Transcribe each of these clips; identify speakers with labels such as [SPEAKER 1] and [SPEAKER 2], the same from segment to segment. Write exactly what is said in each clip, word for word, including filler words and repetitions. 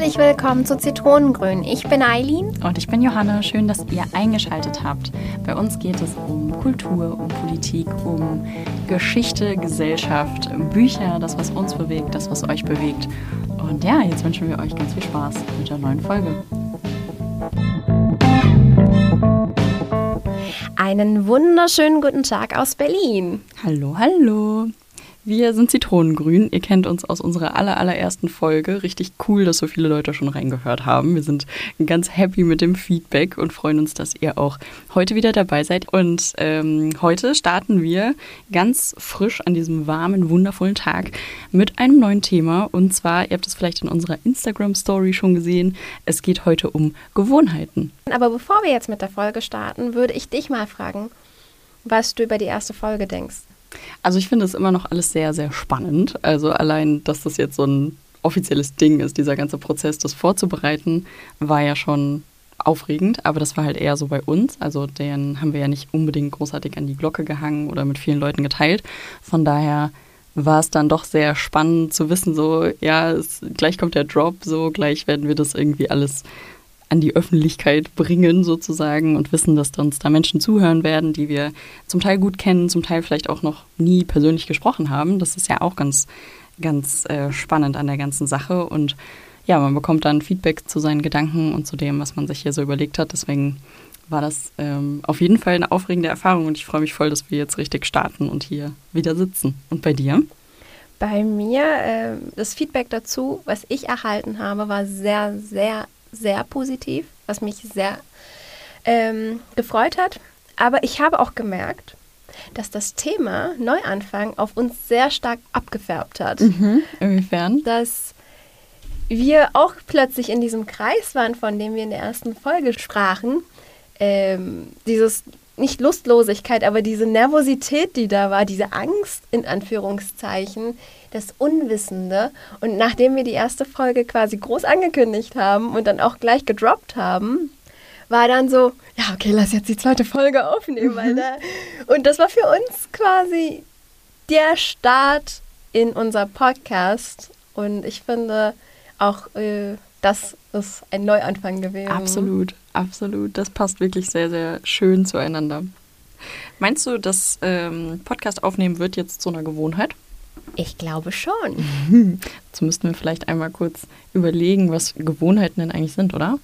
[SPEAKER 1] Herzlich willkommen zu Zitronengrün. Ich bin Eileen.
[SPEAKER 2] Und ich bin Johanna. Schön, dass ihr eingeschaltet habt. Bei uns geht es um Kultur, um Politik, um Geschichte, Gesellschaft, Bücher, das, was uns bewegt, das, was euch bewegt. Und ja, jetzt wünschen wir euch ganz viel Spaß mit der neuen Folge.
[SPEAKER 1] Einen wunderschönen guten Tag aus Berlin.
[SPEAKER 2] Hallo, hallo. Wir sind Zitronengrün. Ihr kennt uns aus unserer aller, allerersten Folge. Richtig cool, dass so viele Leute schon reingehört haben. Wir sind ganz happy mit dem Feedback und freuen uns, dass ihr auch heute wieder dabei seid. Und ähm, heute starten wir ganz frisch an diesem warmen, wundervollen Tag mit einem neuen Thema. Und zwar, ihr habt es vielleicht in unserer Instagram-Story schon gesehen, es geht heute um Gewohnheiten.
[SPEAKER 1] Aber bevor wir jetzt mit der Folge starten, würde ich dich mal fragen, was du über die erste Folge denkst.
[SPEAKER 2] Also ich finde es immer noch alles sehr, sehr spannend. Also allein, dass das jetzt so ein offizielles Ding ist, dieser ganze Prozess, das vorzubereiten, war ja schon aufregend. Aber das war halt eher so bei uns. Also den haben wir ja nicht unbedingt großartig an die Glocke gehangen oder mit vielen Leuten geteilt. Von daher war es dann doch sehr spannend zu wissen, so ja, es, gleich kommt der Drop, so gleich werden wir das irgendwie alles an die Öffentlichkeit bringen sozusagen und wissen, dass uns da Menschen zuhören werden, die wir zum Teil gut kennen, zum Teil vielleicht auch noch nie persönlich gesprochen haben. Das ist ja auch ganz, ganz äh, spannend an der ganzen Sache und ja, man bekommt dann Feedback zu seinen Gedanken und zu dem, was man sich hier so überlegt hat. Deswegen war das ähm, auf jeden Fall eine aufregende Erfahrung und ich freue mich voll, dass wir jetzt richtig starten und hier wieder sitzen. Und bei dir?
[SPEAKER 1] Bei mir, äh, das Feedback dazu, was ich erhalten habe, war sehr, sehr sehr positiv, was mich sehr ähm, gefreut hat. Aber ich habe auch gemerkt, dass das Thema Neuanfang auf uns sehr stark abgefärbt hat.
[SPEAKER 2] Mhm. Inwiefern?
[SPEAKER 1] Dass wir auch plötzlich in diesem Kreis waren, von dem wir in der ersten Folge sprachen. Ähm, dieses, nicht Lustlosigkeit, aber diese Nervosität, die da war, diese Angst in Anführungszeichen, das Unwissende. Und nachdem wir die erste Folge quasi groß angekündigt haben und dann auch gleich gedroppt haben, war dann so, ja, okay, lass jetzt die zweite Folge aufnehmen. Mhm. Weil da, und das war für uns quasi der Start in unser Podcast. Und ich finde auch, äh, das ist ein Neuanfang gewesen.
[SPEAKER 2] Absolut, absolut. Das passt wirklich sehr, sehr schön zueinander. Meinst du, das ähm, Podcast aufnehmen wird jetzt zu einer Gewohnheit?
[SPEAKER 1] Ich glaube schon.
[SPEAKER 2] Jetzt müssten wir vielleicht einmal kurz überlegen, was Gewohnheiten denn eigentlich sind, oder?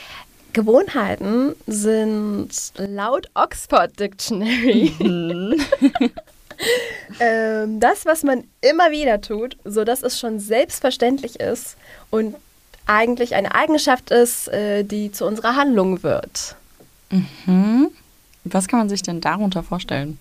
[SPEAKER 1] Gewohnheiten sind laut Oxford Dictionary ähm, das, was man immer wieder tut, sodass es schon selbstverständlich ist und eigentlich eine Eigenschaft ist, äh, die zu unserer Handlung wird.
[SPEAKER 2] Mhm. Was kann man sich denn darunter vorstellen?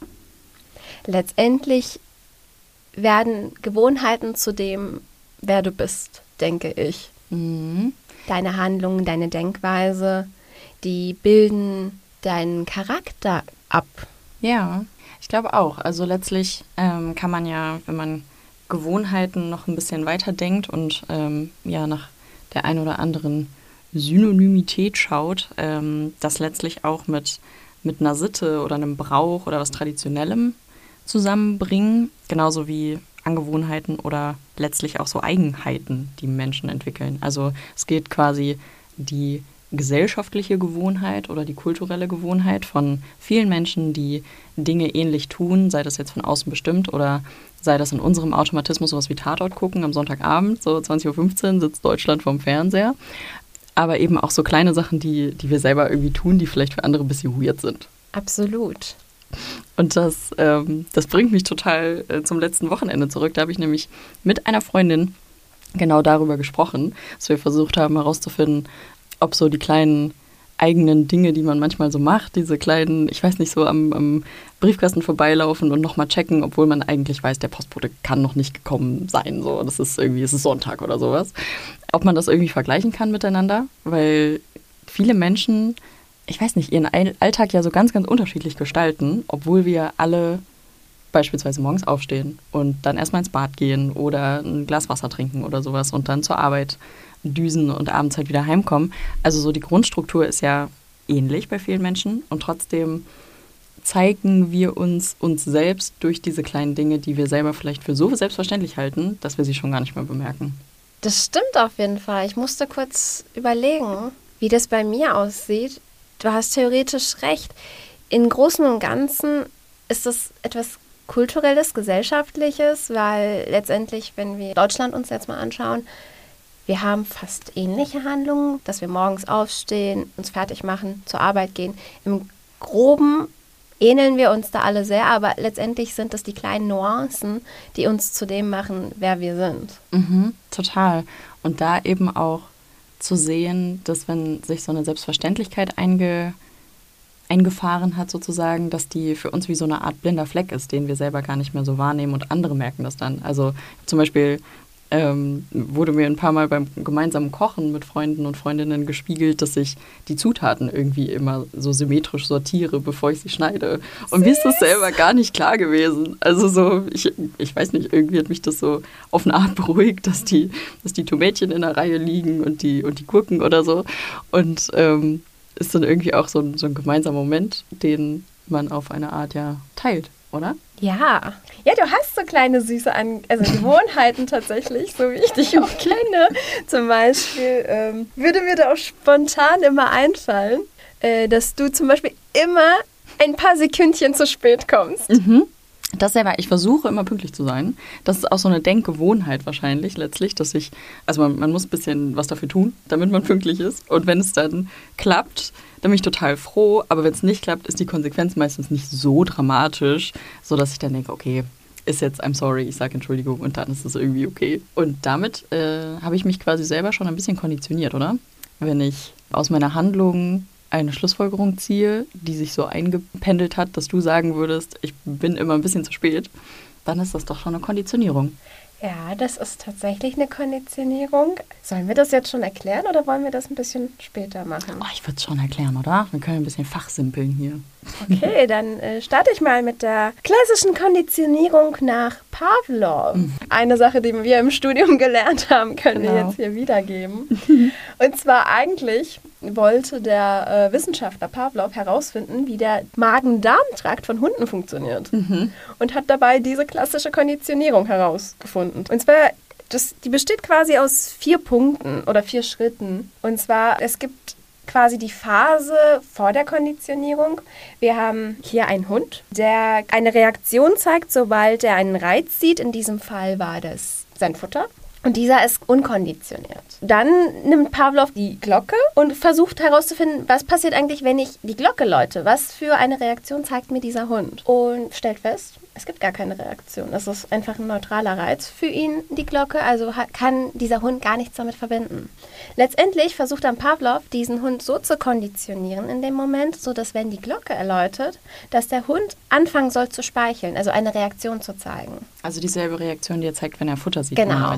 [SPEAKER 1] Letztendlich werden Gewohnheiten zu dem, wer du bist, denke ich.
[SPEAKER 2] Mhm.
[SPEAKER 1] Deine Handlungen, deine Denkweise, die bilden deinen Charakter ab.
[SPEAKER 2] Ja, ich glaube auch. Also letztlich ähm, kann man ja, wenn man Gewohnheiten noch ein bisschen weiter denkt und ähm, ja nach der ein oder anderen Synonymität schaut, ähm, das letztlich auch mit, mit einer Sitte oder einem Brauch oder was Traditionellem zusammenbringen, genauso wie Angewohnheiten oder letztlich auch so Eigenheiten, die Menschen entwickeln. Also es geht quasi die gesellschaftliche Gewohnheit oder die kulturelle Gewohnheit von vielen Menschen, die Dinge ähnlich tun, sei das jetzt von außen bestimmt oder sei das in unserem Automatismus sowas wie Tatort gucken am Sonntagabend, so zwanzig Uhr fünfzehn sitzt Deutschland vorm Fernseher. Aber eben auch so kleine Sachen, die, die wir selber irgendwie tun, die vielleicht für andere ein bisschen weird sind.
[SPEAKER 1] Absolut.
[SPEAKER 2] Und das, ähm, das bringt mich total äh, zum letzten Wochenende zurück. Da habe ich nämlich mit einer Freundin genau darüber gesprochen, dass wir versucht haben herauszufinden, ob so die kleinen eigenen Dinge, die man manchmal so macht, diese kleinen, ich weiß nicht, so am, am Briefkasten vorbeilaufen und nochmal checken, obwohl man eigentlich weiß, der Postbote kann noch nicht gekommen sein. So, das ist irgendwie, es ist Sonntag oder sowas. Ob man das irgendwie vergleichen kann miteinander, weil viele Menschen, ich weiß nicht, ihren Alltag ja so ganz, ganz unterschiedlich gestalten, obwohl wir alle beispielsweise morgens aufstehen und dann erstmal ins Bad gehen oder ein Glas Wasser trinken oder sowas und dann zur Arbeit düsen und abends halt wieder heimkommen. Also so die Grundstruktur ist ja ähnlich bei vielen Menschen und trotzdem zeigen wir uns uns selbst durch diese kleinen Dinge, die wir selber vielleicht für so selbstverständlich halten, dass wir sie schon gar nicht mehr bemerken.
[SPEAKER 1] Das stimmt auf jeden Fall. Ich musste kurz überlegen, wie das bei mir aussieht. Du hast theoretisch recht. Im Großen und Ganzen ist das etwas Kulturelles, Gesellschaftliches, weil letztendlich, wenn wir Deutschland uns jetzt mal anschauen, wir haben fast ähnliche Handlungen, dass wir morgens aufstehen, uns fertig machen, zur Arbeit gehen. Im Groben ähneln wir uns da alle sehr, aber letztendlich sind es die kleinen Nuancen, die uns zu dem machen, wer wir sind.
[SPEAKER 2] Mhm, total. Und da eben auch zu sehen, dass wenn sich so eine Selbstverständlichkeit einge, eingefahren hat sozusagen, dass die für uns wie so eine Art blinder Fleck ist, den wir selber gar nicht mehr so wahrnehmen und andere merken das dann. Also zum Beispiel ähm, wurde mir ein paar Mal beim gemeinsamen Kochen mit Freunden und Freundinnen gespiegelt, dass ich die Zutaten irgendwie immer so symmetrisch sortiere, bevor ich sie schneide. Und mir ist das selber gar nicht klar gewesen. Also so, ich, ich weiß nicht, irgendwie hat mich das so auf eine Art beruhigt, dass die, dass die Tomätchen in der Reihe liegen und die, und die Gurken oder so. Und ähm, ist dann irgendwie auch so ein, so ein gemeinsamer Moment, den man auf eine Art ja teilt, oder?
[SPEAKER 1] Ja. Ja, du hast so kleine süße An- also Gewohnheiten tatsächlich, so wie ich dich auch kenne. Zum Beispiel ähm, würde mir da auch spontan immer einfallen, äh, dass du zum Beispiel immer ein paar Sekündchen zu spät kommst.
[SPEAKER 2] Mhm. Das selber, ich versuche immer pünktlich zu sein. Das ist auch so eine Denkgewohnheit wahrscheinlich letztlich, dass ich, also man, man muss ein bisschen was dafür tun, damit man pünktlich ist. Und wenn es dann klappt, dann bin ich total froh. Aber wenn es nicht klappt, ist die Konsequenz meistens nicht so dramatisch, sodass ich dann denke, okay, ist jetzt, I'm sorry, ich sage Entschuldigung und dann ist es irgendwie okay. Und damit äh, habe ich mich quasi selber schon ein bisschen konditioniert, oder? Wenn ich aus meiner Handlung eine Schlussfolgerung ziehe, die sich so eingependelt hat, dass du sagen würdest, ich bin immer ein bisschen zu spät, dann ist das doch schon eine Konditionierung.
[SPEAKER 1] Ja, das ist tatsächlich eine Konditionierung. Sollen wir das jetzt schon erklären oder wollen wir das ein bisschen später machen?
[SPEAKER 2] Oh, ich würde es schon erklären, oder? Wir können ein bisschen fachsimpeln hier.
[SPEAKER 1] Okay, dann äh, starte ich mal mit der klassischen Konditionierung nach Pavlov. Mhm. Eine Sache, die wir im Studium gelernt haben, können genau. wir jetzt hier wiedergeben. Und zwar eigentlich wollte der äh, Wissenschaftler Pavlov herausfinden, wie der Magen-Darm-Trakt von Hunden funktioniert. Mhm. Und hat dabei diese klassische Konditionierung herausgefunden. Und zwar, das, die besteht quasi aus vier Punkten oder vier Schritten. Und zwar, es gibt quasi die Phase vor der Konditionierung. Wir haben hier einen Hund, der eine Reaktion zeigt, sobald er einen Reiz sieht. In diesem Fall war das sein Futter. Und dieser ist unkonditioniert. Dann nimmt Pavlov die Glocke und versucht herauszufinden, was passiert eigentlich, wenn ich die Glocke läute? Was für eine Reaktion zeigt mir dieser Hund? Und stellt fest, es gibt gar keine Reaktion. Es ist einfach ein neutraler Reiz für ihn, die Glocke. Also kann dieser Hund gar nichts damit verbinden. Letztendlich versucht dann Pavlov, diesen Hund so zu konditionieren in dem Moment, sodass, wenn die Glocke erläutet, dass der Hund anfangen soll zu speicheln, also eine Reaktion zu zeigen.
[SPEAKER 2] Also dieselbe Reaktion, die er zeigt, wenn er Futter sieht.
[SPEAKER 1] Genau.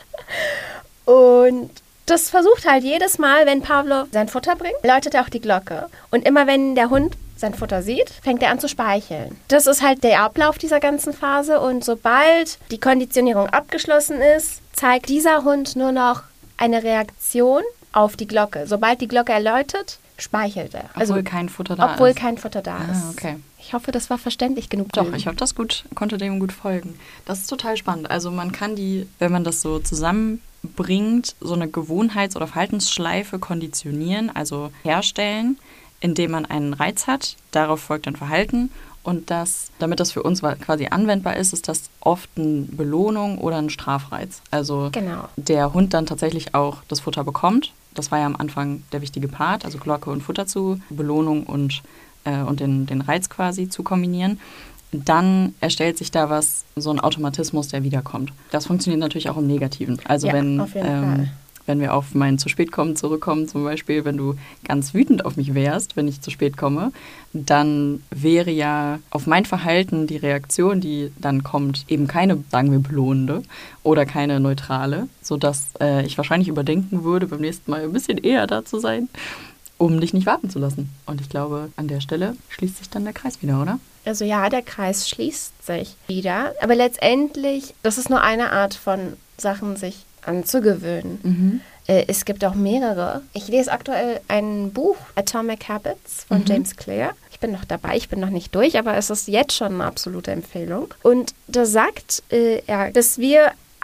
[SPEAKER 1] Und das versucht halt jedes Mal, wenn Pavlov sein Futter bringt, läutet er auch die Glocke. Und immer wenn der Hund sein Futter sieht, fängt er an zu speicheln. Das ist halt der Ablauf dieser ganzen Phase. Und sobald die Konditionierung abgeschlossen ist, zeigt dieser Hund nur noch eine Reaktion auf die Glocke. Sobald die Glocke erläutet, speichelt er.
[SPEAKER 2] Obwohl also, kein Futter da
[SPEAKER 1] obwohl
[SPEAKER 2] ist.
[SPEAKER 1] Obwohl kein Futter da
[SPEAKER 2] ah,
[SPEAKER 1] ist.
[SPEAKER 2] Okay.
[SPEAKER 1] Ich hoffe, das war verständlich genug.
[SPEAKER 2] Doch, ich hoffe, das gut, konnte dem gut folgen. Das ist total spannend. Also man kann die, wenn man das so zusammenbringt, so eine Gewohnheits- oder Verhaltensschleife konditionieren, also herstellen, indem man einen Reiz hat, darauf folgt ein Verhalten. Und das, damit das für uns quasi anwendbar ist, ist das oft eine Belohnung oder ein Strafreiz. Also
[SPEAKER 1] genau.
[SPEAKER 2] Der Hund dann tatsächlich auch das Futter bekommt. Das war ja am Anfang der wichtige Part, also Glocke und Futter zu, Belohnung und, äh, und den, den Reiz quasi zu kombinieren. Dann erstellt sich da was, so ein Automatismus, der wiederkommt. Das funktioniert natürlich auch im Negativen. Also
[SPEAKER 1] ja,
[SPEAKER 2] wenn,
[SPEAKER 1] auf jeden
[SPEAKER 2] ähm,
[SPEAKER 1] Fall.
[SPEAKER 2] wenn wir auf mein zu spät kommen zurückkommen, zum Beispiel, wenn du ganz wütend auf mich wärst, wenn ich zu spät komme, dann wäre ja auf mein Verhalten die Reaktion, die dann kommt, eben keine, sagen wir, belohnende oder keine neutrale, sodass äh, ich wahrscheinlich überdenken würde, beim nächsten Mal ein bisschen eher da zu sein, um dich nicht warten zu lassen. Und ich glaube, an der Stelle schließt sich dann der Kreis wieder, oder?
[SPEAKER 1] Also ja, der Kreis schließt sich wieder. Aber letztendlich, das ist nur eine Art von Sachen, sich anzugewöhnen. Mhm. Äh, es gibt auch mehrere. Ich lese aktuell ein Buch, Atomic Habits von mhm. James Clear. Ich bin noch dabei, ich bin noch nicht durch, aber es ist jetzt schon eine absolute Empfehlung. Und da sagt äh, er, dass wir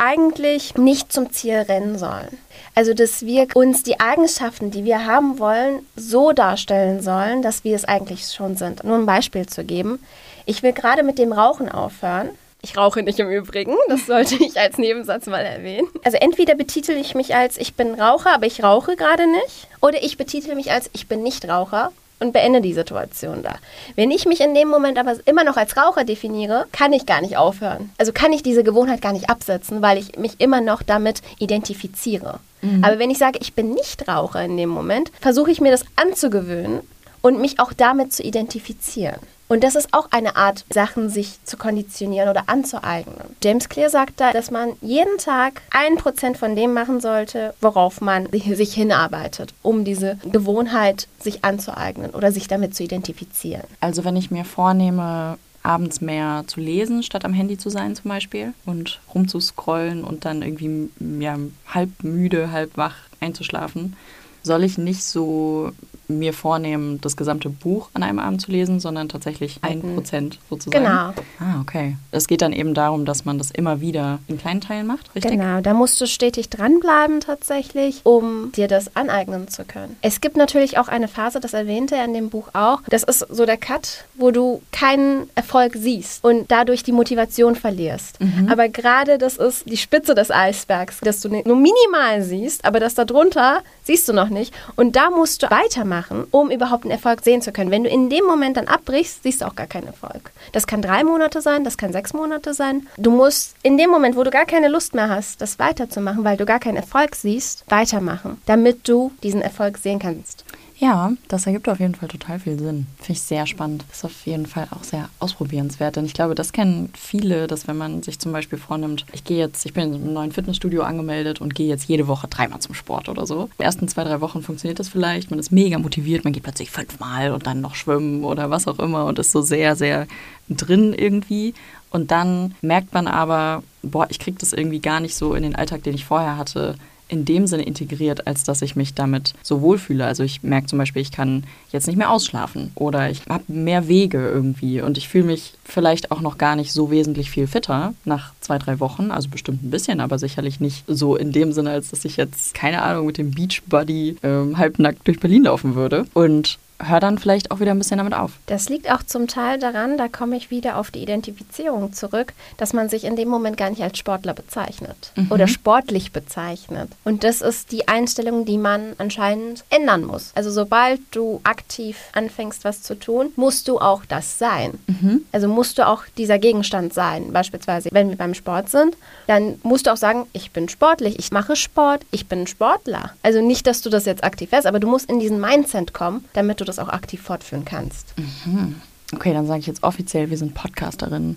[SPEAKER 1] eigentlich nicht zum Ziel rennen sollen. Also, dass wir uns die Eigenschaften, die wir haben wollen, so darstellen sollen, dass wir es eigentlich schon sind. Nur ein Beispiel zu geben. Ich will gerade mit dem Rauchen aufhören. Ich rauche nicht im Übrigen, das sollte ich als Nebensatz mal erwähnen. Also entweder betitel ich mich als, ich bin Raucher, aber ich rauche gerade nicht. Oder ich betitel mich als, ich bin nicht Raucher und beende die Situation da. Wenn ich mich in dem Moment aber immer noch als Raucher definiere, kann ich gar nicht aufhören. Also kann ich diese Gewohnheit gar nicht absetzen, weil ich mich immer noch damit identifiziere. Mhm. Aber wenn ich sage, ich bin nicht Raucher in dem Moment, versuche ich mir das anzugewöhnen und mich auch damit zu identifizieren. Und das ist auch eine Art, Sachen sich zu konditionieren oder anzueignen. James Clear sagt da, dass man jeden Tag ein Prozent von dem machen sollte, worauf man sich hinarbeitet, um diese Gewohnheit sich anzueignen oder sich damit zu identifizieren.
[SPEAKER 2] Also wenn ich mir vornehme, abends mehr zu lesen, statt am Handy zu sein zum Beispiel und rumzuscrollen und dann irgendwie ja, halb müde, halb wach einzuschlafen, soll ich nicht so mir vornehmen, das gesamte Buch an einem Abend zu lesen, sondern tatsächlich ein Prozent sozusagen.
[SPEAKER 1] Genau.
[SPEAKER 2] Ah, okay. Es geht dann eben darum, dass man das immer wieder in kleinen Teilen macht, richtig?
[SPEAKER 1] Genau, da musst du stetig dranbleiben tatsächlich, um dir das aneignen zu können. Es gibt natürlich auch eine Phase, das erwähnte er in dem Buch auch, das ist so der Cut, wo du keinen Erfolg siehst und dadurch die Motivation verlierst. Mhm. Aber gerade das ist die Spitze des Eisbergs, dass du nur minimal siehst, aber das darunter siehst du noch nicht. Und da musst du weitermachen, um überhaupt einen Erfolg sehen zu können. Wenn du in dem Moment dann abbrichst, siehst du auch gar keinen Erfolg. Das kann drei Monate sein, das kann sechs Monate sein. Du musst in dem Moment, wo du gar keine Lust mehr hast, das weiterzumachen, weil du gar keinen Erfolg siehst, weitermachen, damit du diesen Erfolg sehen kannst.
[SPEAKER 2] Ja, das ergibt auf jeden Fall total viel Sinn. Finde ich sehr spannend. Ist auf jeden Fall auch sehr ausprobierenswert. Denn ich glaube, das kennen viele, dass wenn man sich zum Beispiel vornimmt, ich gehe jetzt, ich bin in einem neuen Fitnessstudio angemeldet und gehe jetzt jede Woche dreimal zum Sport oder so. In den ersten zwei, drei Wochen funktioniert das vielleicht. Man ist mega motiviert, man geht plötzlich fünfmal und dann noch schwimmen oder was auch immer und ist so sehr, sehr drin irgendwie. Und dann merkt man aber, boah, ich kriege das irgendwie gar nicht so in den Alltag, den ich vorher hatte, in dem Sinne integriert, als dass ich mich damit so wohlfühle. Also ich merke zum Beispiel, ich kann jetzt nicht mehr ausschlafen oder ich habe mehr Wege irgendwie und ich fühle mich vielleicht auch noch gar nicht so wesentlich viel fitter nach zwei, drei Wochen, also bestimmt ein bisschen, aber sicherlich nicht so in dem Sinne, als dass ich jetzt, keine Ahnung, mit dem Beachbody ähm, halbnackt durch Berlin laufen würde. Und hör dann vielleicht auch wieder ein bisschen damit auf.
[SPEAKER 1] Das liegt auch zum Teil daran, da komme ich wieder auf die Identifizierung zurück, dass man sich in dem Moment gar nicht als Sportler bezeichnet mhm. oder sportlich bezeichnet. Und das ist die Einstellung, die man anscheinend ändern muss. Also sobald du aktiv anfängst, was zu tun, musst du auch das sein. Mhm. Also musst du auch dieser Gegenstand sein. Beispielsweise, wenn wir beim Sport sind, dann musst du auch sagen, ich bin sportlich, ich mache Sport, ich bin Sportler. Also nicht, dass du das jetzt aktiv wärst, aber du musst in diesen Mindset kommen, damit du das auch aktiv fortführen kannst.
[SPEAKER 2] Mhm. Okay, dann sage ich jetzt offiziell, wir sind Podcasterinnen.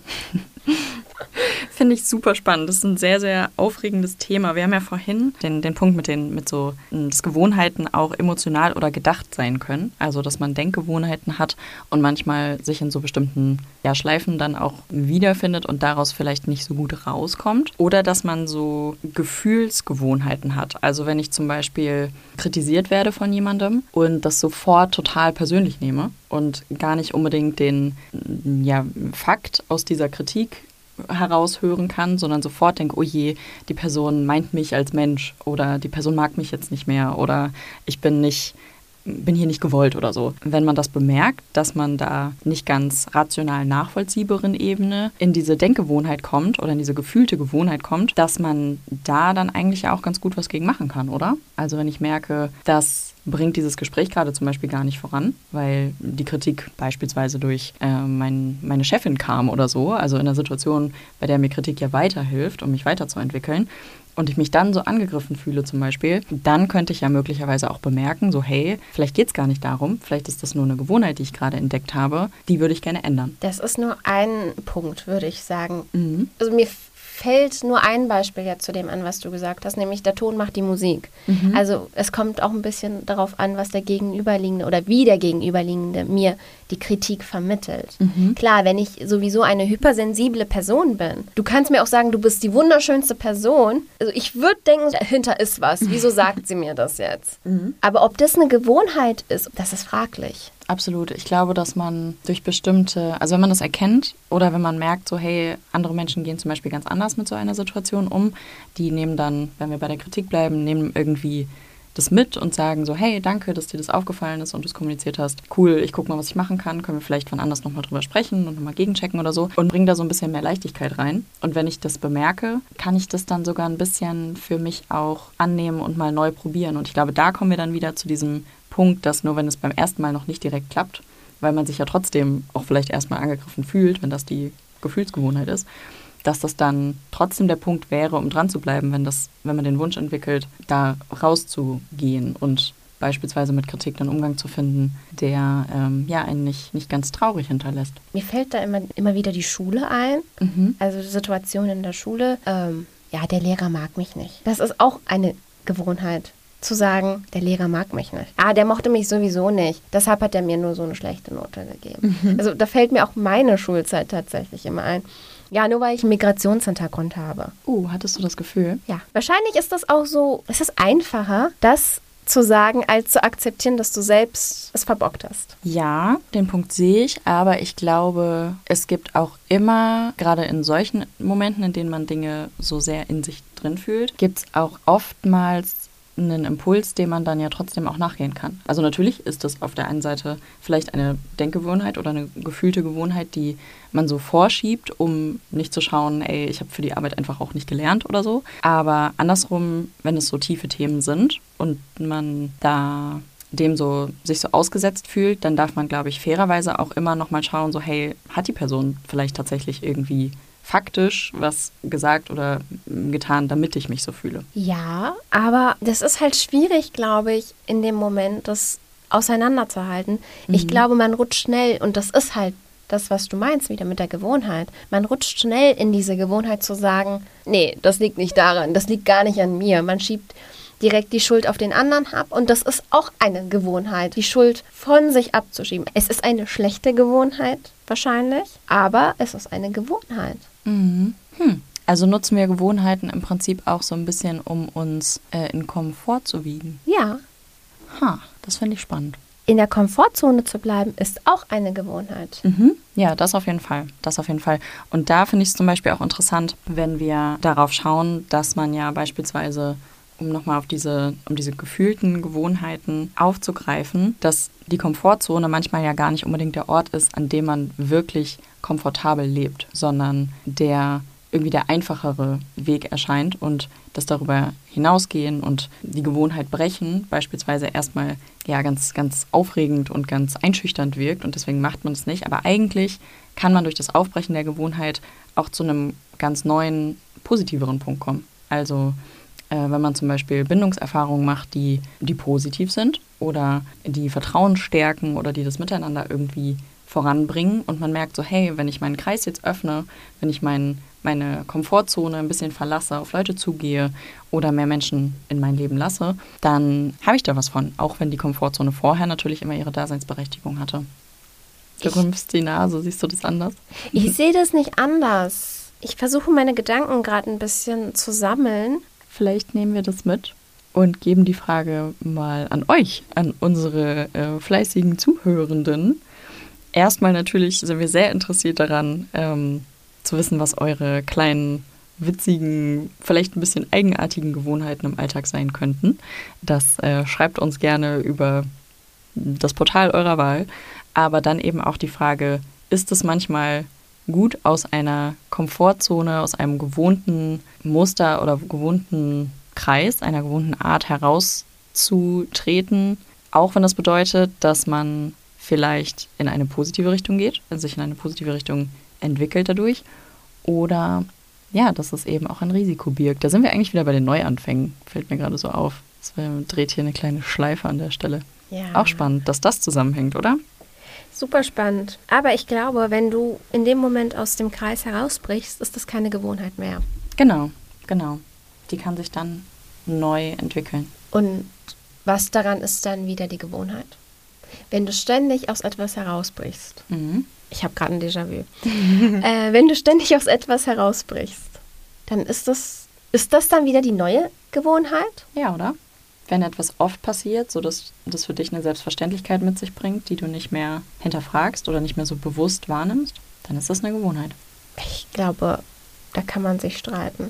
[SPEAKER 2] Finde ich super spannend. Das ist ein sehr, sehr aufregendes Thema. Wir haben ja vorhin den, den Punkt mit den, mit so, dass Gewohnheiten auch emotional oder gedacht sein können. Also, dass man Denkgewohnheiten hat und manchmal sich in so bestimmten ja, Schleifen dann auch wiederfindet und daraus vielleicht nicht so gut rauskommt. Oder dass man so Gefühlsgewohnheiten hat. Also, wenn ich zum Beispiel kritisiert werde von jemandem und das sofort total persönlich nehme und gar nicht unbedingt den ja, Fakt aus dieser Kritik heraushören kann, sondern sofort denke, oh je, die Person meint mich als Mensch oder die Person mag mich jetzt nicht mehr oder ich bin nicht, bin hier nicht gewollt oder so. Wenn man das bemerkt, dass man da nicht ganz rational nachvollziehbaren Ebene in diese Denkgewohnheit kommt oder in diese gefühlte Gewohnheit kommt, dass man da dann eigentlich auch ganz gut was gegen machen kann, oder? Also wenn ich merke, dass bringt dieses Gespräch gerade zum Beispiel gar nicht voran, weil die Kritik beispielsweise durch äh, mein, meine Chefin kam oder so, also in einer Situation, bei der mir Kritik ja weiterhilft, um mich weiterzuentwickeln und ich mich dann so angegriffen fühle zum Beispiel, dann könnte ich ja möglicherweise auch bemerken, so hey, vielleicht geht es gar nicht darum, vielleicht ist das nur eine Gewohnheit, die ich gerade entdeckt habe, die würde ich gerne ändern.
[SPEAKER 1] Das ist nur ein Punkt, würde ich sagen.
[SPEAKER 2] Mhm.
[SPEAKER 1] Also mir fällt nur ein Beispiel jetzt zu dem an, was du gesagt hast, nämlich der Ton macht die Musik. Mhm. Also es kommt auch ein bisschen darauf an, was der Gegenüberliegende oder wie der Gegenüberliegende mir die Kritik vermittelt. Mhm. Klar, wenn ich sowieso eine hypersensible Person bin, du kannst mir auch sagen, du bist die wunderschönste Person. Also ich würde denken, dahinter ist was. Wieso sagt sie mir das jetzt? Mhm. Aber ob das eine Gewohnheit ist, das ist fraglich.
[SPEAKER 2] Absolut. Ich glaube, dass man durch bestimmte, also wenn man das erkennt oder wenn man merkt, so hey, andere Menschen gehen zum Beispiel ganz anders mit so einer Situation um, die nehmen dann, wenn wir bei der Kritik bleiben, nehmen irgendwie das mit und sagen so, hey, danke, dass dir das aufgefallen ist und du es kommuniziert hast. Cool, ich gucke mal, was ich machen kann. Können wir vielleicht wann anders nochmal drüber sprechen und nochmal gegenchecken oder so und bringen da so ein bisschen mehr Leichtigkeit rein. Und wenn ich das bemerke, kann ich das dann sogar ein bisschen für mich auch annehmen und mal neu probieren. Und ich glaube, da kommen wir dann wieder zu diesem Punkt, dass nur wenn es beim ersten Mal noch nicht direkt klappt, weil man sich ja trotzdem auch vielleicht erstmal angegriffen fühlt, wenn das die Gefühlsgewohnheit ist, dass das dann trotzdem der Punkt wäre, um dran zu bleiben, wenn das, wenn man den Wunsch entwickelt, da rauszugehen und beispielsweise mit Kritik einen Umgang zu finden, der ähm, ja einen nicht, nicht ganz traurig hinterlässt.
[SPEAKER 1] Mir fällt da immer, immer wieder die Schule ein, mhm. also die Situation in der Schule. Ähm, ja, der Lehrer mag mich nicht. Das ist auch eine Gewohnheit, zu sagen, der Lehrer mag mich nicht. Ah, der mochte mich sowieso nicht. Deshalb hat er mir nur so eine schlechte Note gegeben. Mhm. Also da fällt mir auch meine Schulzeit tatsächlich immer ein. Ja, nur weil ich einen Migrationshintergrund habe.
[SPEAKER 2] Uh, hattest du das Gefühl?
[SPEAKER 1] Ja. Wahrscheinlich ist das auch so, es ist einfacher, das zu sagen, als zu akzeptieren, dass du selbst es verbockt hast.
[SPEAKER 2] Ja, den Punkt sehe ich, aber ich glaube, es gibt auch immer, gerade in solchen Momenten, in denen man Dinge so sehr in sich drin fühlt, gibt es auch oftmals einen Impuls, dem man dann ja trotzdem auch nachgehen kann. Also natürlich ist das auf der einen Seite vielleicht eine Denkgewohnheit oder eine gefühlte Gewohnheit, die man so vorschiebt, um nicht zu schauen, ey, ich habe für die Arbeit einfach auch nicht gelernt oder so. Aber andersrum, wenn es so tiefe Themen sind und man da dem so sich so ausgesetzt fühlt, dann darf man, glaube ich, fairerweise auch immer noch mal schauen, so hey, hat die Person vielleicht tatsächlich irgendwie faktisch was gesagt oder getan, damit ich mich so fühle.
[SPEAKER 1] Ja, aber das ist halt schwierig, glaube ich, in dem Moment, das auseinanderzuhalten. Mhm. Ich glaube, man rutscht schnell, und das ist halt das, was du meinst, wieder mit der Gewohnheit. Man rutscht schnell in diese Gewohnheit zu sagen, nee, das liegt nicht daran, das liegt gar nicht an mir. Man schiebt direkt die Schuld auf den anderen ab, und das ist auch eine Gewohnheit, die Schuld von sich abzuschieben. Es ist eine schlechte Gewohnheit wahrscheinlich, aber es ist eine Gewohnheit.
[SPEAKER 2] Mhm. Hm. Also nutzen wir Gewohnheiten im Prinzip auch so ein bisschen, um uns äh, in Komfort zu wiegen?
[SPEAKER 1] Ja.
[SPEAKER 2] Ha, das finde ich spannend.
[SPEAKER 1] In der Komfortzone zu bleiben, ist auch eine Gewohnheit.
[SPEAKER 2] Mhm. Ja, das auf jeden Fall. Das auf jeden Fall. Und da finde ich es zum Beispiel auch interessant, wenn wir darauf schauen, dass man ja beispielsweise, um nochmal auf diese, um diese gefühlten Gewohnheiten aufzugreifen, dass die Komfortzone manchmal ja gar nicht unbedingt der Ort ist, an dem man wirklich komfortabel lebt, sondern der irgendwie der einfachere Weg erscheint, und das darüber hinausgehen und die Gewohnheit brechen beispielsweise erstmal ja ganz, ganz aufregend und ganz einschüchternd wirkt, und deswegen macht man es nicht. Aber eigentlich kann man durch das Aufbrechen der Gewohnheit auch zu einem ganz neuen, positiveren Punkt kommen. Also äh, wenn man zum Beispiel Bindungserfahrungen macht, die, die positiv sind oder die Vertrauen stärken oder die das Miteinander irgendwie voranbringen, und man merkt so, hey, wenn ich meinen Kreis jetzt öffne, wenn ich mein, meine Komfortzone ein bisschen verlasse, auf Leute zugehe oder mehr Menschen in mein Leben lasse, dann habe ich da was von, auch wenn die Komfortzone vorher natürlich immer ihre Daseinsberechtigung hatte. Du rümpfst die Nase, siehst du das anders?
[SPEAKER 1] Ich sehe das nicht anders. Ich versuche meine Gedanken gerade ein bisschen zu sammeln.
[SPEAKER 2] Vielleicht nehmen wir das mit und geben die Frage mal an euch, an unsere äh, fleißigen Zuhörenden. Erstmal natürlich sind wir sehr interessiert daran, ähm, zu wissen, was eure kleinen, witzigen, vielleicht ein bisschen eigenartigen Gewohnheiten im Alltag sein könnten. Das äh, schreibt uns gerne über das Portal eurer Wahl. Aber dann eben auch die Frage, ist es manchmal gut, aus einer Komfortzone, aus einem gewohnten Muster oder gewohnten Kreis, einer gewohnten Art herauszutreten, auch wenn das bedeutet, dass man vielleicht in eine positive Richtung geht, also sich in eine positive Richtung entwickelt dadurch, oder ja, dass es eben auch ein Risiko birgt. Da sind wir eigentlich wieder bei den Neuanfängen, fällt mir gerade so auf. Das dreht hier eine kleine Schleife an der Stelle.
[SPEAKER 1] Ja.
[SPEAKER 2] Auch spannend, dass das zusammenhängt, oder?
[SPEAKER 1] Super spannend. Aber ich glaube, wenn du in dem Moment aus dem Kreis herausbrichst, ist das keine Gewohnheit mehr.
[SPEAKER 2] Genau, genau. Die kann sich dann neu entwickeln.
[SPEAKER 1] Und was daran ist dann wieder die Gewohnheit? Wenn du ständig aus etwas herausbrichst, mhm. ich habe gerade ein Déjà-vu, äh, wenn du ständig aus etwas herausbrichst, dann ist das, ist das dann wieder die neue Gewohnheit?
[SPEAKER 2] Ja, oder? Wenn etwas oft passiert, sodass das für dich eine Selbstverständlichkeit mit sich bringt, die du nicht mehr hinterfragst oder nicht mehr so bewusst wahrnimmst, dann ist das eine Gewohnheit.
[SPEAKER 1] Ich glaube, da kann man sich streiten.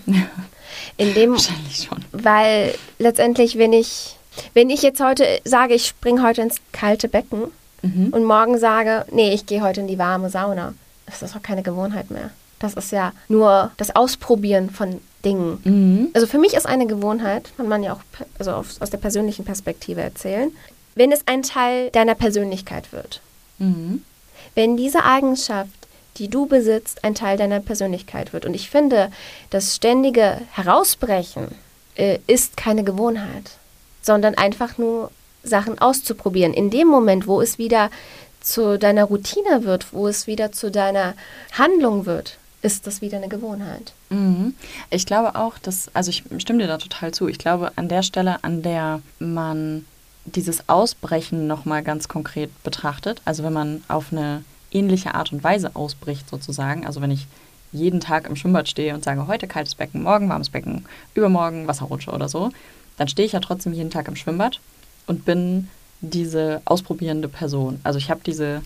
[SPEAKER 1] In dem,
[SPEAKER 2] Wahrscheinlich schon.
[SPEAKER 1] Weil letztendlich, wenn ich, wenn ich jetzt heute sage, ich springe heute ins kalte Becken mhm. und morgen sage, nee, ich gehe heute in die warme Sauna, das ist doch keine Gewohnheit mehr. Das ist ja nur das Ausprobieren von Dingen. Mhm. Also für mich ist eine Gewohnheit, kann man ja auch also auf, aus der persönlichen Perspektive erzählen, wenn es ein Teil deiner Persönlichkeit wird. Mhm. Wenn diese Eigenschaft, die du besitzt, ein Teil deiner Persönlichkeit wird. Und ich finde, das ständige Herausbrechen äh, ist keine Gewohnheit, sondern einfach nur Sachen auszuprobieren. In dem Moment, wo es wieder zu deiner Routine wird, wo es wieder zu deiner Handlung wird, ist das wieder eine Gewohnheit.
[SPEAKER 2] Mhm. Ich glaube auch, dass, also ich stimme dir da total zu, ich glaube an der Stelle, an der man dieses Ausbrechen nochmal ganz konkret betrachtet, also wenn man auf eine ähnliche Art und Weise ausbricht sozusagen, also wenn ich jeden Tag im Schwimmbad stehe und sage, heute kaltes Becken, morgen warmes Becken, übermorgen Wasserrutsche oder so, dann stehe ich ja trotzdem jeden Tag im Schwimmbad und bin diese ausprobierende Person. Also ich habe diese,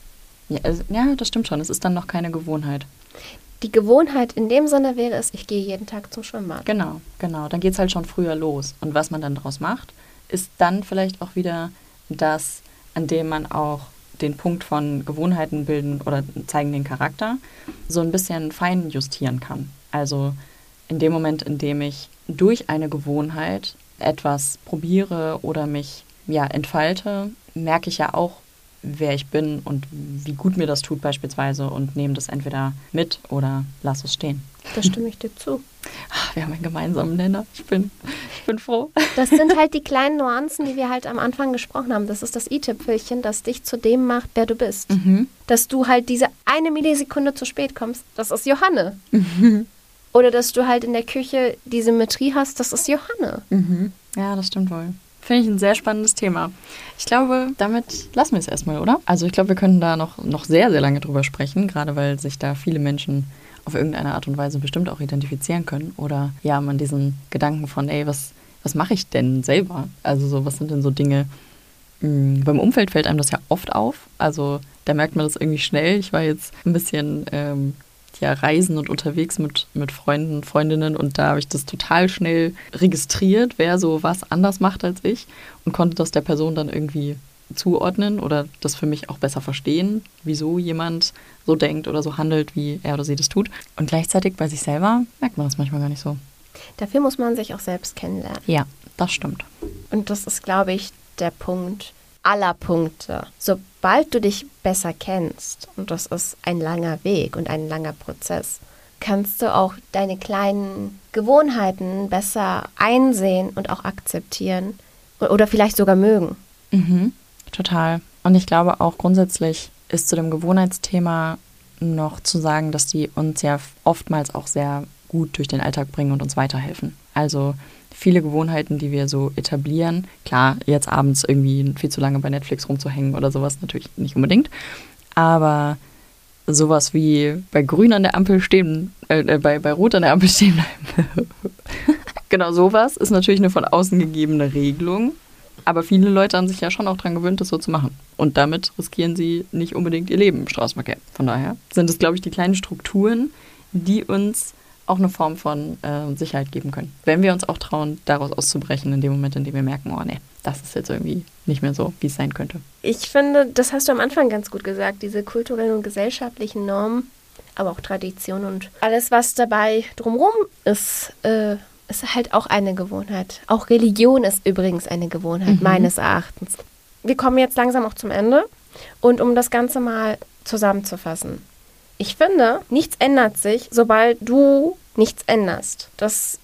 [SPEAKER 2] ja, also, ja, das stimmt schon, es ist dann noch keine Gewohnheit.
[SPEAKER 1] Die Gewohnheit in dem Sinne wäre es, ich gehe jeden Tag zum Schwimmbad.
[SPEAKER 2] Genau, genau. Dann geht es halt schon früher los. Und was man dann daraus macht, ist dann vielleicht auch wieder das, an dem man auch den Punkt von Gewohnheiten bilden oder zeigen den Charakter, so ein bisschen fein justieren kann. Also in dem Moment, in dem ich durch eine Gewohnheit etwas probiere oder mich ja, entfalte, merke ich ja auch, wer ich bin und wie gut mir das tut beispielsweise und nehme das entweder mit oder lass es stehen.
[SPEAKER 1] Da stimme ich dir zu.
[SPEAKER 2] Ach, wir haben einen gemeinsamen Nenner. Ich bin, ich bin froh.
[SPEAKER 1] Das sind halt die kleinen Nuancen, die wir halt am Anfang gesprochen haben. Das ist das i-Tüpfelchen, das dich zu dem macht, wer du bist. Mhm. Dass du halt diese eine Millisekunde zu spät kommst, das ist Johanne. Mhm. Oder dass du halt in der Küche die Symmetrie hast, das ist Johanne.
[SPEAKER 2] Mhm. Ja, das stimmt wohl. Finde ich ein sehr spannendes Thema. Ich glaube, damit lassen wir es erstmal, oder? Also ich glaube, wir können da noch, noch sehr, sehr lange drüber sprechen, gerade weil sich da viele Menschen auf irgendeine Art und Weise bestimmt auch identifizieren können. Oder ja, man diesen Gedanken von, ey, was, was mache ich denn selber? Also so, was sind denn so Dinge? Mh, beim Umfeld fällt einem das ja oft auf. Also da merkt man das irgendwie schnell. Ich war jetzt ein bisschen ähm, ja, reisen und unterwegs mit, mit Freunden, Freundinnen und da habe ich das total schnell registriert, wer so was anders macht als ich und konnte das der Person dann irgendwie zuordnen oder das für mich auch besser verstehen, wieso jemand so denkt oder so handelt, wie er oder sie das tut. Und gleichzeitig bei sich selber merkt man das manchmal gar nicht so.
[SPEAKER 1] Dafür muss man sich auch selbst kennenlernen.
[SPEAKER 2] Ja, das stimmt.
[SPEAKER 1] Und das ist, glaube ich, der Punkt aller Punkte. Sobald du dich besser kennst, und das ist ein langer Weg und ein langer Prozess, kannst du auch deine kleinen Gewohnheiten besser einsehen und auch akzeptieren oder vielleicht sogar mögen.
[SPEAKER 2] Mhm, total. Und ich glaube auch grundsätzlich ist zu dem Gewohnheitsthema noch zu sagen, dass die uns ja oftmals auch sehr gut durch den Alltag bringen und uns weiterhelfen. Also viele Gewohnheiten, die wir so etablieren, klar, jetzt abends irgendwie viel zu lange bei Netflix rumzuhängen oder sowas, natürlich nicht unbedingt, aber sowas wie bei grün an der Ampel stehen, äh, bei, bei rot an der Ampel stehen bleiben. Genau, sowas ist natürlich eine von außen gegebene Regelung, aber viele Leute haben sich ja schon auch daran gewöhnt, das so zu machen. Und damit riskieren sie nicht unbedingt ihr Leben im Straßenverkehr. Von daher sind es, glaube ich, die kleinen Strukturen, die uns auch eine Form von äh, Sicherheit geben können. Wenn wir uns auch trauen, daraus auszubrechen, in dem Moment, in dem wir merken, oh nee, das ist jetzt irgendwie nicht mehr so, wie es sein könnte.
[SPEAKER 1] Ich finde, das hast du am Anfang ganz gut gesagt, diese kulturellen und gesellschaftlichen Normen, aber auch Tradition und alles, was dabei drumherum ist, äh, ist halt auch eine Gewohnheit. Auch Religion ist übrigens eine Gewohnheit, mhm. meines Erachtens. Wir kommen jetzt langsam auch zum Ende und um das Ganze mal zusammenzufassen. Ich finde, nichts ändert sich, sobald du nichts änderst. Dass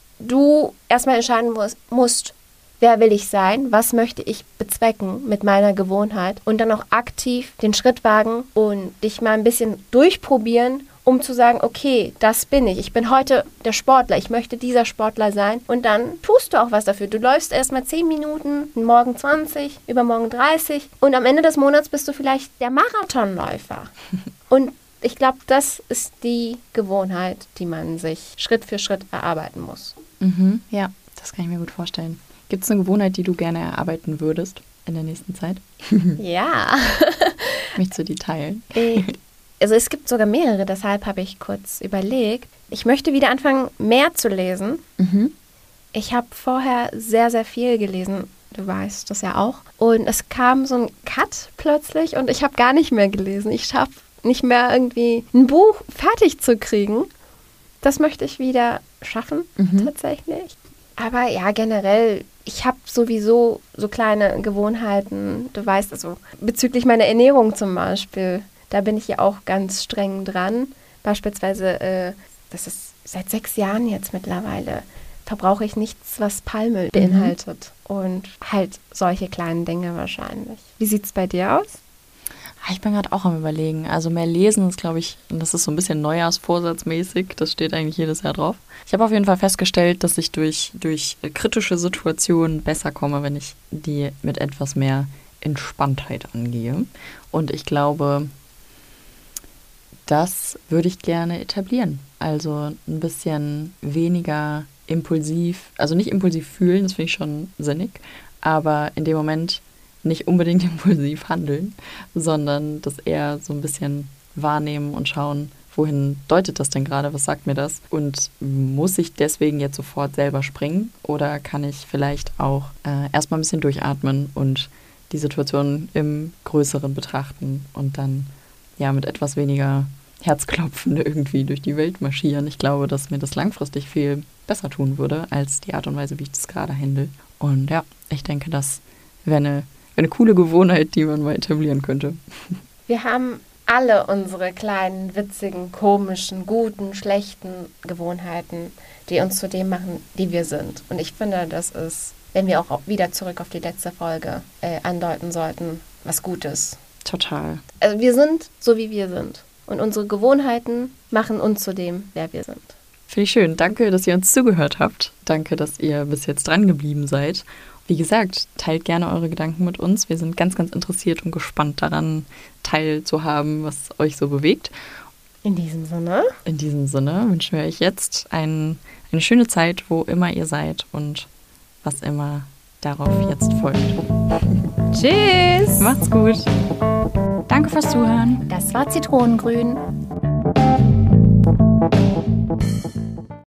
[SPEAKER 1] du erstmal entscheiden musst, wer will ich sein, was möchte ich bezwecken mit meiner Gewohnheit und dann auch aktiv den Schritt wagen und dich mal ein bisschen durchprobieren, um zu sagen, okay, das bin ich. Ich bin heute der Sportler, ich möchte dieser Sportler sein und dann tust du auch was dafür. Du läufst erstmal zehn Minuten, morgen zwanzig, übermorgen dreißig und am Ende des Monats bist du vielleicht der Marathonläufer. Und ich glaube, das ist die Gewohnheit, die man sich Schritt für Schritt erarbeiten muss.
[SPEAKER 2] Mhm, ja, das kann ich mir gut vorstellen. Gibt es eine Gewohnheit, die du gerne erarbeiten würdest in der nächsten Zeit?
[SPEAKER 1] Ja.
[SPEAKER 2] Möchtest du die teilen?
[SPEAKER 1] Also es gibt sogar mehrere, deshalb habe ich kurz überlegt. Ich möchte wieder anfangen, mehr zu lesen.
[SPEAKER 2] Mhm.
[SPEAKER 1] Ich habe vorher sehr, sehr viel gelesen. Du weißt das ja auch. Und es kam so ein Cut plötzlich und ich habe gar nicht mehr gelesen. Ich schaffe nicht mehr irgendwie ein Buch fertig zu kriegen. Das möchte ich wieder schaffen,
[SPEAKER 2] Mhm.
[SPEAKER 1] tatsächlich. Aber ja, generell, ich habe sowieso so kleine Gewohnheiten. Du weißt, also bezüglich meiner Ernährung zum Beispiel, da bin ich ja auch ganz streng dran. Beispielsweise, äh, das ist seit sechs Jahren jetzt mittlerweile, verbrauche ich nichts, was Palmöl beinhaltet. Und halt solche kleinen Dinge wahrscheinlich. Wie sieht es bei dir aus?
[SPEAKER 2] Ich bin gerade auch am Überlegen. Also mehr lesen ist, glaube ich, das ist so ein bisschen neujahrsvorsatzmäßig. Das steht eigentlich jedes Jahr drauf. Ich habe auf jeden Fall festgestellt, dass ich durch, durch kritische Situationen besser komme, wenn ich die mit etwas mehr Entspanntheit angehe. Und ich glaube, das würde ich gerne etablieren. Also ein bisschen weniger impulsiv, also nicht impulsiv fühlen, das finde ich schon sinnig, aber in dem Moment nicht unbedingt impulsiv handeln, sondern das eher so ein bisschen wahrnehmen und schauen, wohin deutet das denn gerade, was sagt mir das? Und muss ich deswegen jetzt sofort selber springen oder kann ich vielleicht auch äh, erstmal ein bisschen durchatmen und die Situation im Größeren betrachten und dann ja mit etwas weniger Herzklopfen irgendwie durch die Welt marschieren. Ich glaube, dass mir das langfristig viel besser tun würde, als die Art und Weise, wie ich das gerade handle. Und ja, ich denke, das wäre eine Eine coole Gewohnheit, die man mal etablieren könnte.
[SPEAKER 1] Wir haben alle unsere kleinen, witzigen, komischen, guten, schlechten Gewohnheiten, die uns zu dem machen, die wir sind. Und ich finde, das ist, wenn wir auch wieder zurück auf die letzte Folge äh, andeuten sollten, was Gutes.
[SPEAKER 2] Total.
[SPEAKER 1] Also wir sind so, wie wir sind. Und unsere Gewohnheiten machen uns zu dem, wer wir sind.
[SPEAKER 2] Finde ich schön. Danke, dass ihr uns zugehört habt. Danke, dass ihr bis jetzt dran geblieben seid. Wie gesagt, teilt gerne eure Gedanken mit uns. Wir sind ganz, ganz interessiert und gespannt daran, teilzuhaben, was euch so bewegt.
[SPEAKER 1] In diesem Sinne.
[SPEAKER 2] In diesem Sinne wünschen wir euch jetzt ein, eine schöne Zeit, wo immer ihr seid und was immer darauf jetzt folgt.
[SPEAKER 1] Tschüss.
[SPEAKER 2] Macht's gut. Danke fürs Zuhören.
[SPEAKER 1] Das war Zitronengrün.